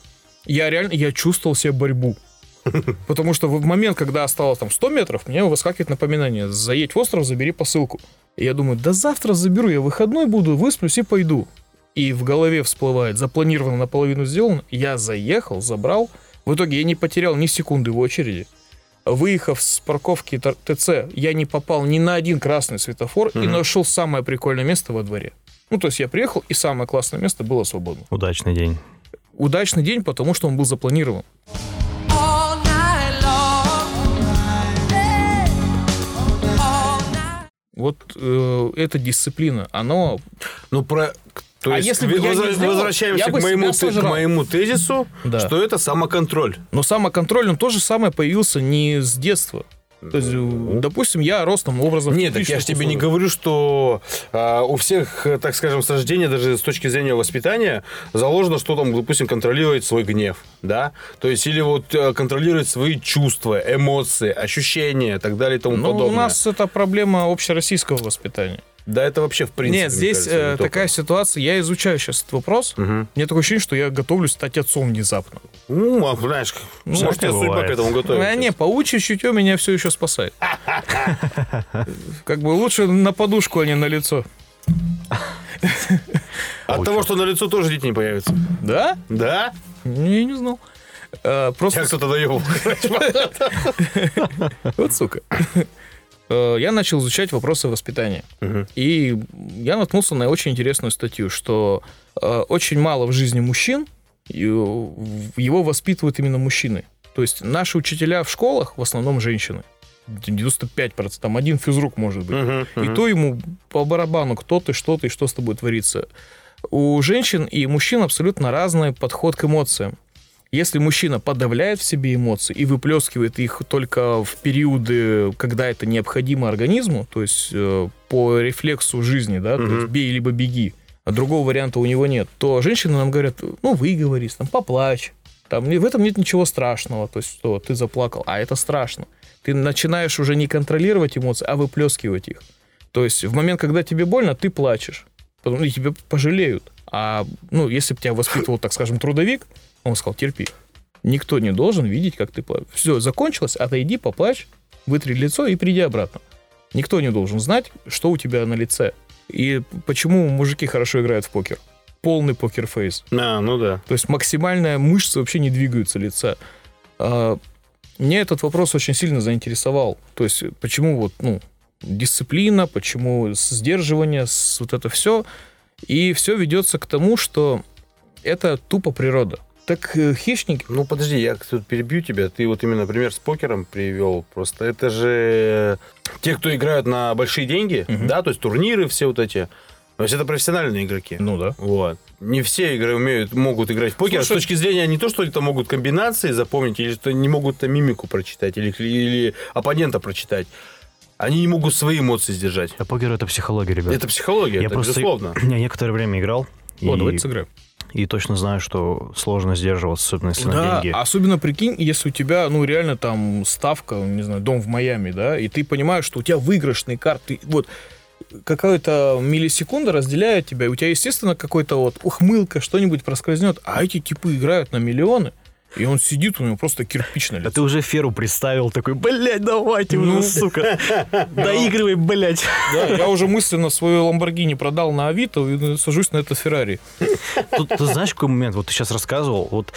я чувствовал себе борьбу. Потому что в момент, когда осталось там 100 метров, мне выскакивает напоминание: заедь в остров, забери посылку. И я думаю, да завтра заберу, я выходной буду, высплюсь и пойду. И в голове всплывает: запланировано, наполовину сделано. Я заехал, забрал. В итоге я не потерял ни секунды в очереди. Выехав с парковки ТЦ, я не попал ни на один красный светофор и нашел самое прикольное место во дворе. То есть я приехал, и самое классное место было свободно. Удачный день. Удачный день, потому что он был запланирован. Вот эта дисциплина, оно... То есть, если бы я не сделал, возвращаемся к моему тезису, что это самоконтроль. Но самоконтроль, он тоже самое появился не с детства. То есть, допустим, я ростом образом... Нет, так я же тебе не говорю, что у всех, так скажем, с рождения, даже с точки зрения воспитания, заложено, что там, допустим, контролировать свой гнев, да? То есть, или вот контролировать свои чувства, эмоции, ощущения и так далее и тому подобное. У нас это проблема общероссийского воспитания. Да, это вообще в принципе. Нет, здесь кажется, такая ситуация. Я изучаю сейчас этот вопрос. Мне такое ощущение, что я готовлюсь стать отцом внезапно. Знаешь, может, тебя судьба к этому готовится. Не, паучье чутье меня все еще спасает. Лучше на подушку, а не на лицо. От того, что на лицо тоже дети не появятся. Да? Да? Я не знал. Просто кто-то доебал. Вот сука. я начал изучать вопросы воспитания. И я наткнулся на очень интересную статью, что очень мало в жизни мужчин, его воспитывают именно мужчины. То есть наши учителя в школах в основном женщины. 95%, там один физрук может быть. И то ему по барабану, кто ты, что с тобой творится. У женщин и мужчин абсолютно разный подход к эмоциям. Если мужчина подавляет в себе эмоции и выплескивает их только в периоды, когда это необходимо организму, то есть по рефлексу жизни, да, то есть бей либо беги, а другого варианта у него нет, то женщины нам говорят, ну, выговорись, там, поплачь, там, в этом нет ничего страшного, то есть что ты заплакал, а это страшно. Ты начинаешь уже не контролировать эмоции, а выплескивать их. То есть в момент, когда тебе больно, ты плачешь, и тебя пожалеют. А, ну, если бы тебя воспитывал, так скажем, трудовик, он сказал, терпи. Никто не должен видеть, как ты плачешь. Все, закончилось, отойди, поплачь, вытри лицо и приди обратно. Никто не должен знать, что у тебя на лице. И почему мужики хорошо играют в покер? Полный покер-фейс. Ну да. То есть максимальная мышца вообще не двигаются лица. Мне этот вопрос очень сильно заинтересовал. То есть почему вот, ну, дисциплина, почему сдерживание, вот это все. И все ведется к тому, что это тупо природа. Так хищники... Ну, подожди, я тут перебью тебя. Ты вот именно пример с покером привел. Просто это же те, кто играют на большие деньги, да, то есть турниры все вот эти. То есть это профессиональные игроки. Ну да. Вот. Не все игры могут играть в покер. Слушай, с точки зрения не то, что они там могут комбинации запомнить, или что не могут мимику прочитать, или оппонента прочитать. Они не могут свои эмоции сдержать. А покер — это психология, ребята. Это психология, это безусловно. Я некоторое время играл. Давайте сыграем. И точно знаю, что сложно сдерживаться, особенно если на деньги. Особенно, прикинь, если у тебя, ну, реально там ставка, не знаю, дом в Майами, да, и ты понимаешь, что у тебя выигрышные карты, вот, какая-то миллисекунда разделяет тебя, и у тебя, естественно, какой-то вот ухмылка, что-нибудь проскользнет, а эти типы играют на миллионы, и он сидит, у него просто кирпич на лице. А ты уже Феру представил, такой, блядь, давайте уже, сука, доигрывай, блядь. Да, я уже мысленно свою Ламборгини продал на Авито и сажусь на этот Феррари. Тут, ты знаешь, какой момент, вот ты сейчас рассказывал, вот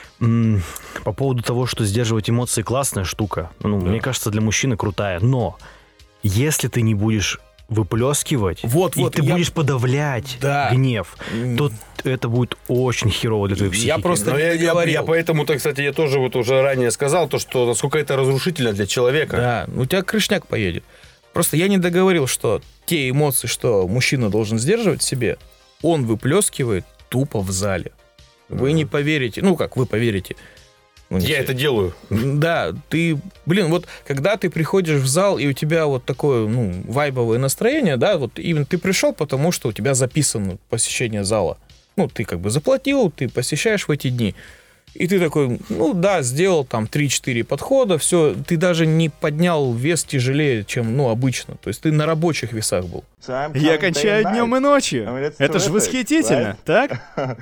по поводу того, что сдерживать эмоции классная штука, ну, мне кажется, для мужчины крутая, но если ты не будешь выплескивать, и ты будешь подавлять гнев, то это будет очень херово для твоей психики. Я просто я поэтому-то, кстати, я тоже вот уже ранее сказал, то, что насколько это разрушительно для человека. Да, у тебя крышняк поедет. Просто я не договорил, что те эмоции, что мужчина должен сдерживать в себе, он выплескивает тупо в зале. Вы не поверите. Ну, как вы поверите? Я это делаю. Да, ты, вот когда ты приходишь в зал, и у тебя вот такое, ну, вайбовое настроение, да, вот именно ты пришел, потому что у тебя записано посещение зала. Ну, ты как бы заплатил, ты посещаешь в эти дни. И ты такой, ну да, сделал там 3-4 подхода, все, ты даже не поднял вес тяжелее, чем, ну, обычно. То есть ты на рабочих весах был. Я кончаю днем и ночью. Это же восхитительно, так?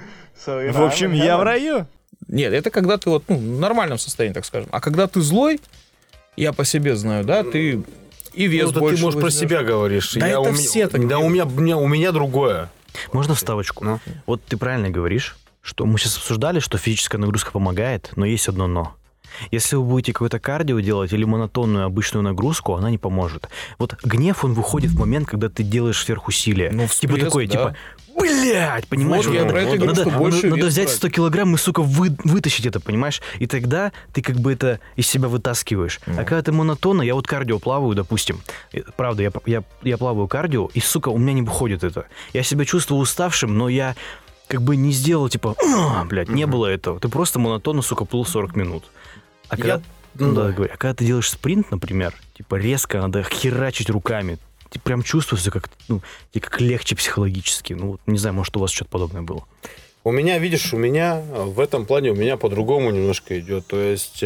В общем, я в раю. Нет, это когда ты вот, ну, в нормальном состоянии, так скажем. А когда ты злой, я по себе знаю, да, ты и вес больше. Ты, может, про себя говоришь. Да, это все так. Да, у меня другое. Можно вставочку? Ну? Вот ты правильно говоришь, что мы сейчас обсуждали, что физическая нагрузка помогает, но есть одно «но». Если вы будете какое-то кардио делать или монотонную обычную нагрузку, она не поможет. Вот гнев, он выходит в момент, когда ты делаешь сверхусилие. Ну, типа такой, типа, блядь, понимаешь? Вот я про это говорю, что больше надо взять 100 килограмм и, сука, вытащить это, понимаешь? И тогда ты как бы это из себя вытаскиваешь. А когда ты монотонно, я вот кардио плаваю, допустим. Правда, я плаваю кардио, и, сука, у меня не выходит это. Я себя чувствую уставшим, но я как бы не сделал, типа, блядь, не было этого. Ты просто монотонно, сука, плыл 40 минут. А когда, а когда ты делаешь спринт, например, типа резко надо херачить руками, ты прям чувствуешь, как, ну, тебе как легче психологически. Ну, вот, не знаю, может, у вас что-то подобное было. У меня, видишь, в этом плане у меня по-другому немножко идет. То есть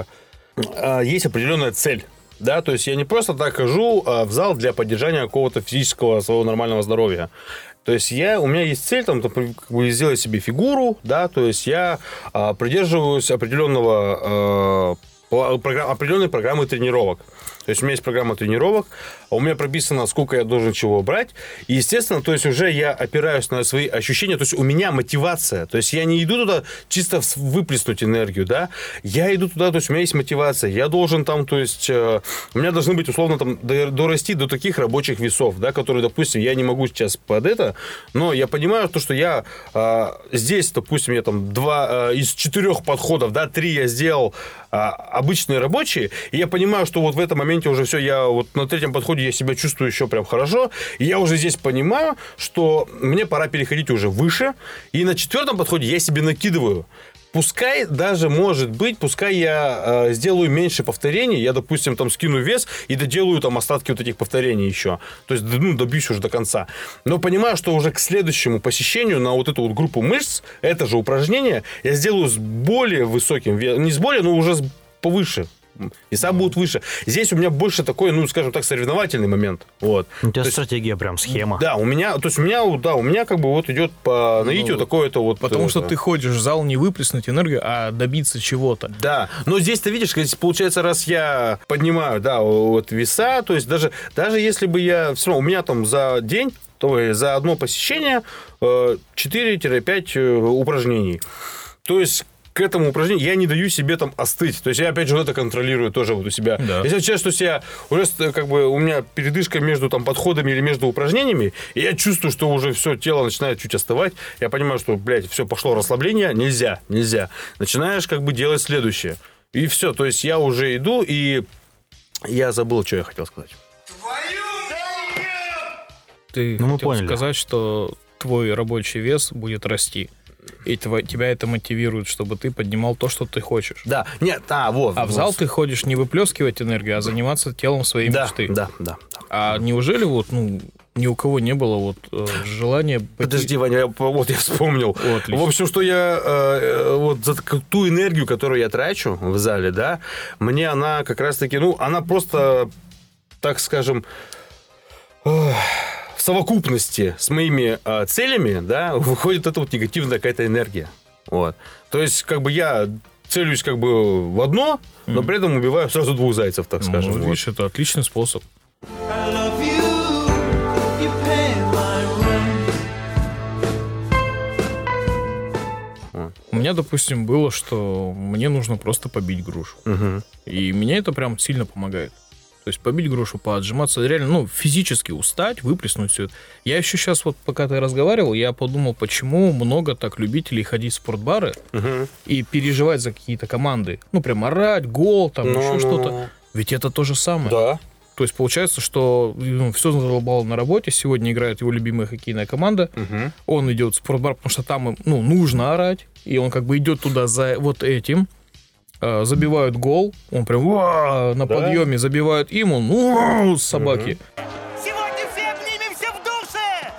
есть определенная цель. Да, то есть я не просто так хожу в зал для поддержания какого-то физического своего нормального здоровья. То есть у меня есть цель там, как бы сделать себе фигуру, да, то есть я придерживаюсь определенной программы тренировок. То есть у меня есть программа тренировок, а у меня прописано, сколько я должен чего брать. И, естественно, то есть уже я опираюсь на свои ощущения. То есть у меня мотивация. То есть я не иду туда чисто выплеснуть энергию, да. Я иду туда, то есть у меня есть мотивация. Я должен там, то есть у меня должны быть, условно, там дорасти до таких рабочих весов, да, которые, допустим, я не могу сейчас под это, но я понимаю то, что я здесь, допустим, я там 2 из 4 подходов, да, 3 я сделал обычные рабочие, и я понимаю, что вот в этом моменте уже все, я вот на 3-м подходе я себя чувствую еще прям хорошо, и я уже здесь понимаю, что мне пора переходить уже выше, и на 4-м подходе я себе накидываю. Пускай даже, может быть, пускай я сделаю меньше повторений, я, допустим, там скину вес и доделаю там остатки вот этих повторений еще. То есть, ну, добьюсь уже до конца. Но понимаю, что уже к следующему посещению на вот эту вот группу мышц, это же упражнение, я сделаю с более высоким весом, не с более, но уже повыше. Веса будут выше. Здесь у меня больше такой, ну, скажем так, соревновательный момент. Вот. У тебя стратегия, прям схема. Да, у меня как бы вот идет по наитию такое-то вот... Потому что ты ходишь в зал не выплеснуть энергию, а добиться чего-то. Да, но здесь ты видишь, получается, раз я поднимаю, да, вот веса, то есть даже если бы я... Все равно у меня там за день, то за одно посещение 4-5 упражнений. То есть к этому упражнению я не даю себе там остыть. То есть я, опять же, вот это контролирую тоже вот у себя. Да. Если я чувствую, что я уже как бы у меня передышка между там подходами или между упражнениями, и я чувствую, что уже все, тело начинает чуть остывать, я понимаю, что, блядь, все, пошло расслабление, нельзя. Начинаешь как бы делать следующее. И все, то есть я уже иду, и я забыл, что я хотел сказать. Ты хотел сказать, что твой рабочий вес будет расти. И тебя это мотивирует, чтобы ты поднимал то, что ты хочешь. Да, нет, вот. А в зал ты ходишь не выплескивать энергию, а заниматься телом своей мечты. Да. А неужели вот, ни у кого не было вот желания... Подожди, Ваня, я вспомнил. В общем, что я вот за ту энергию, которую я трачу в зале, да, мне она как раз-таки, она просто, так скажем... В совокупности с моими целями, да, выходит эта вот негативная какая-то энергия. Вот. То есть, как бы я целюсь как бы в одно, но при этом убиваю сразу 2 зайцев, так скажем. Вот. Видишь, это отличный способ. У меня, допустим, было, что мне нужно просто побить грушу. И мне это прям сильно помогает. То есть побить грушу, поотжиматься, реально, физически устать, выплеснуть все это. Я еще сейчас, вот пока ты разговаривал, я подумал, почему много так любителей ходить в спортбары и переживать за какие-то команды. Прям орать, гол, там, еще что-то. Ведь это то же самое. Да. То есть получается, что все задолбало на работе, сегодня играет его любимая хоккейная команда, он идет в спортбар, потому что там нужно орать, и он как бы идет туда за вот этим. Забивают гол, он прям на подъеме забивают им, он собаки. Сегодня все обнимемся в душе!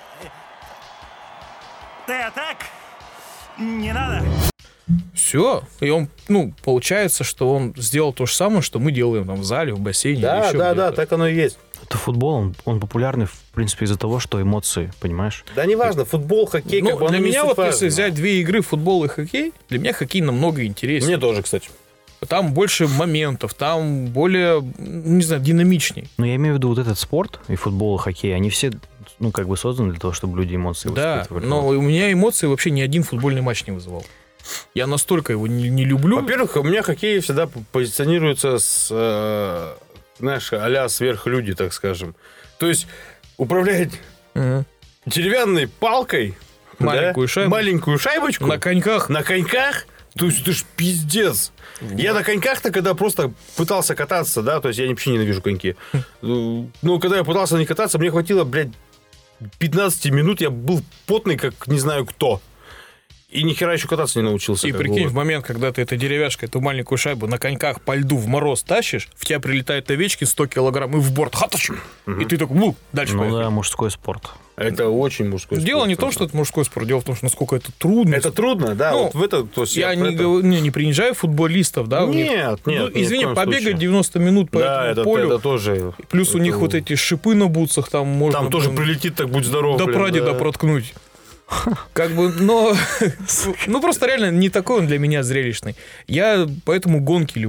Да так, не надо. Все, и он, получается, что он сделал то же самое, что мы делаем там в зале, в бассейне. Да, так оно и есть. Это футбол, он популярный, в принципе, из-за того, что эмоции, понимаешь? Да, неважно, футбол, хоккей, как бы для меня вот, если взять 2 игры, футбол и хоккей, для меня хоккей намного интереснее. Мне тоже, кстати. Там больше моментов, там более, не знаю, динамичней. Но я имею в виду вот этот спорт, и футбол, и хоккей, они все, как бы созданы для того, чтобы люди эмоции воспитывали. Да, но у меня эмоции вообще ни один футбольный матч не вызывал. Я настолько его не люблю. Во-первых, у меня хоккей всегда позиционируется знаешь, а-ля сверхлюди, так скажем. То есть управлять деревянной палкой, маленькую шайбочку на коньках. То есть ты ж пиздец. Я на коньках-то, когда просто пытался кататься, да, то есть я вообще ненавижу коньки. Но когда я пытался на них кататься, мне хватило, 15 минут, я был потный, как не знаю кто. И ни хера еще кататься не научился. И прикинь, в момент, когда ты эту деревяшку, эту маленькую шайбу на коньках по льду в мороз тащишь, в тебя прилетает овечки 100 килограмм и в борт хатач, и ты такой, дальше поехали. Да, мужской спорт. Это очень мужской спорт. Дело не в том, что это мужской спорт, дело в том, что насколько это трудно. Это трудно, да. Вот в это, то есть я не принижаю футболистов, да? Нет. Извини, побегать 90 минут по этому полю. Это тоже. Плюс у них вот эти шипы на бутсах, там можно... Там тоже прилетит, так будь здоров. До прадеда проткнуть. Как бы, просто реально не такой он для меня зрелищный. Я поэтому гонки люблю.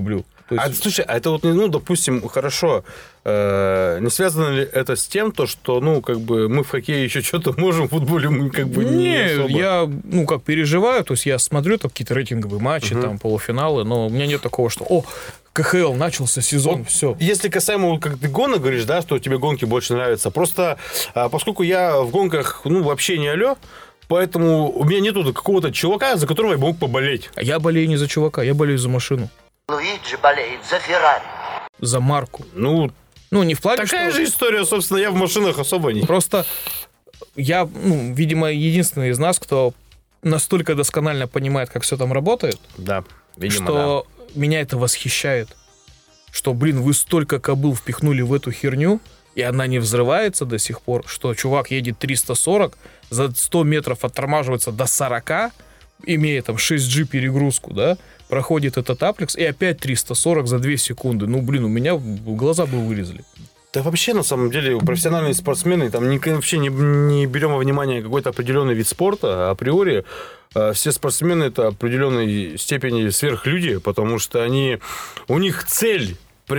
То есть... Слушай, а это вот, ну, допустим, хорошо, не связано ли это с тем, что, ну, как бы мы в хоккее еще что-то можем, в футболе мы как бы не особо... я, ну, как переживаю, то есть я смотрю там какие-то рейтинговые матчи, там, полуфиналы, но у меня нет такого, что, КХЛ, начался сезон, вот, все. Если касаемо, как ты гонок говоришь, да, что тебе гонки больше нравятся, просто поскольку я в гонках, ну, вообще не алё, поэтому у меня нету какого-то чувака, за которого я мог поболеть. Я болею не за чувака, я болею за машину. Луиджи болеет за Феррари. За марку. Ну, не в плане, такая же история, собственно, я в машинах особо не... Просто я, ну, видимо, единственный из нас, кто настолько досконально понимает, как все там работает, да, видимо, что меня это восхищает. Что, блин, вы столько кобыл впихнули в эту херню, и она не взрывается до сих пор, что чувак едет 340, за 100 метров оттормаживается до 40, имея там 6G перегрузку, да, проходит этот аплекс, и опять 340 за 2 секунды. Ну, блин, у меня глаза бы вылезли. Да вообще, на самом деле, профессиональные спортсмены, там вообще не берем во внимание какой-то определенный вид спорта, априори все спортсмены это определенной степени сверхлюди, потому что у них цель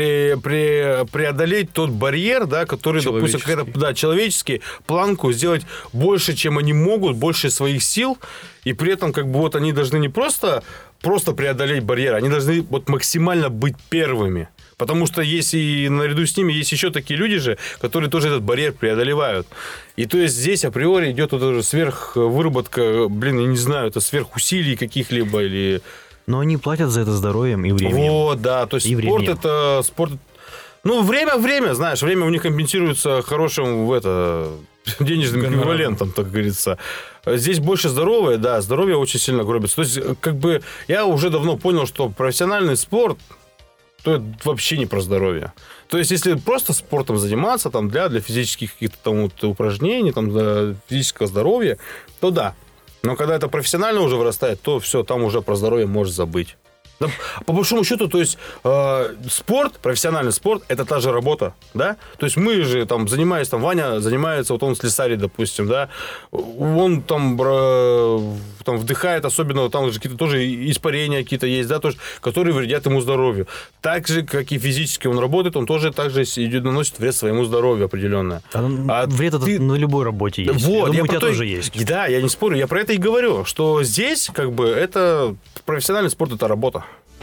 преодолеть тот барьер, да, который, допустим, какая-то, человеческий, планку сделать больше, чем они могут, больше своих сил, и при этом как бы вот они должны не просто преодолеть барьер, они должны вот максимально быть первыми. Потому что есть и наряду с ними есть еще такие люди же, которые тоже этот барьер преодолевают. И то есть здесь априори идет вот уже сверхвыработка, я не знаю, это сверхусилий каких-либо или... Но они платят за это здоровьем и временем. Вот, да, то есть спорт... Ну, время, знаешь, время у них компенсируется хорошим денежным эквивалентом, так говорится. Здесь больше здоровье, да, здоровье очень сильно гробится. То есть, как бы, я уже давно понял, что профессиональный спорт, то это вообще не про здоровье. То есть, если просто спортом заниматься, там, для физических каких-то там вот упражнений, там, для физического здоровья, то да. Но когда это профессионально уже вырастает, то все, там уже про здоровье можешь забыть. Да, по большому счету, то есть спорт, профессиональный спорт, это та же работа, да? То есть мы же там занимаясь, там Ваня занимается, вот он слесарь, допустим, да, он там вдыхает, особенно там же какие-то тоже испарения какие-то есть, да, тоже, которые вредят ему здоровью. Так же, как и физически он работает, он тоже также наносит вред своему здоровью определенно. Вред это на любой работе есть. Вот, я думаю, у тебя тоже есть. Да, я не спорю, я про это и говорю, что здесь как бы это профессиональный спорт, это работа.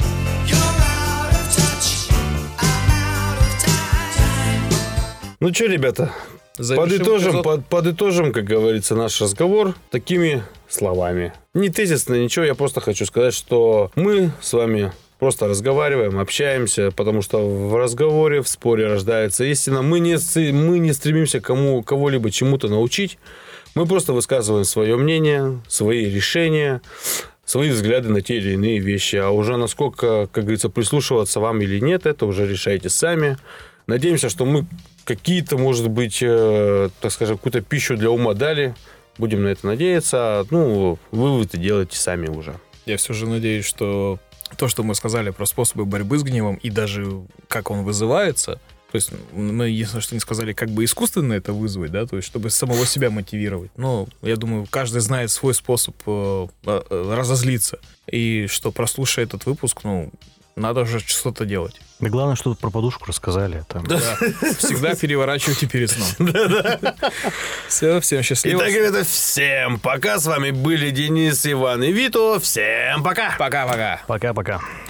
Ну что, ребята, подытожим, как говорится, наш разговор такими словами. Не тезисно, ничего, я просто хочу сказать, что мы с вами просто разговариваем, общаемся, потому что в разговоре, в споре рождается истина. Мы не стремимся кого-либо чему-то научить. Мы просто высказываем свое мнение, свои решения, свои взгляды на те или иные вещи. А уже насколько, как говорится, прислушиваться вам или нет, это уже решайте сами. Надеемся, что мы какие-то, может быть, так скажем, какую-то пищу для ума дали. Будем на это надеяться. Ну, выводы делайте сами уже. Я все же надеюсь, что то, что мы сказали про способы борьбы с гневом и даже как он вызывается, то есть мы, единственное, что не сказали, как бы искусственно это вызвать, да, то есть чтобы самого себя мотивировать. Но я думаю, каждый знает свой способ разозлиться. И что, прослушая этот выпуск, надо уже что-то делать. Да главное, что про подушку рассказали. Да. Всегда переворачивайте перед сном. Все, всем счастливо. Итак, ребята, всем пока. С вами были Денис, Иван и Вито. Всем пока. Пока-пока. Пока-пока.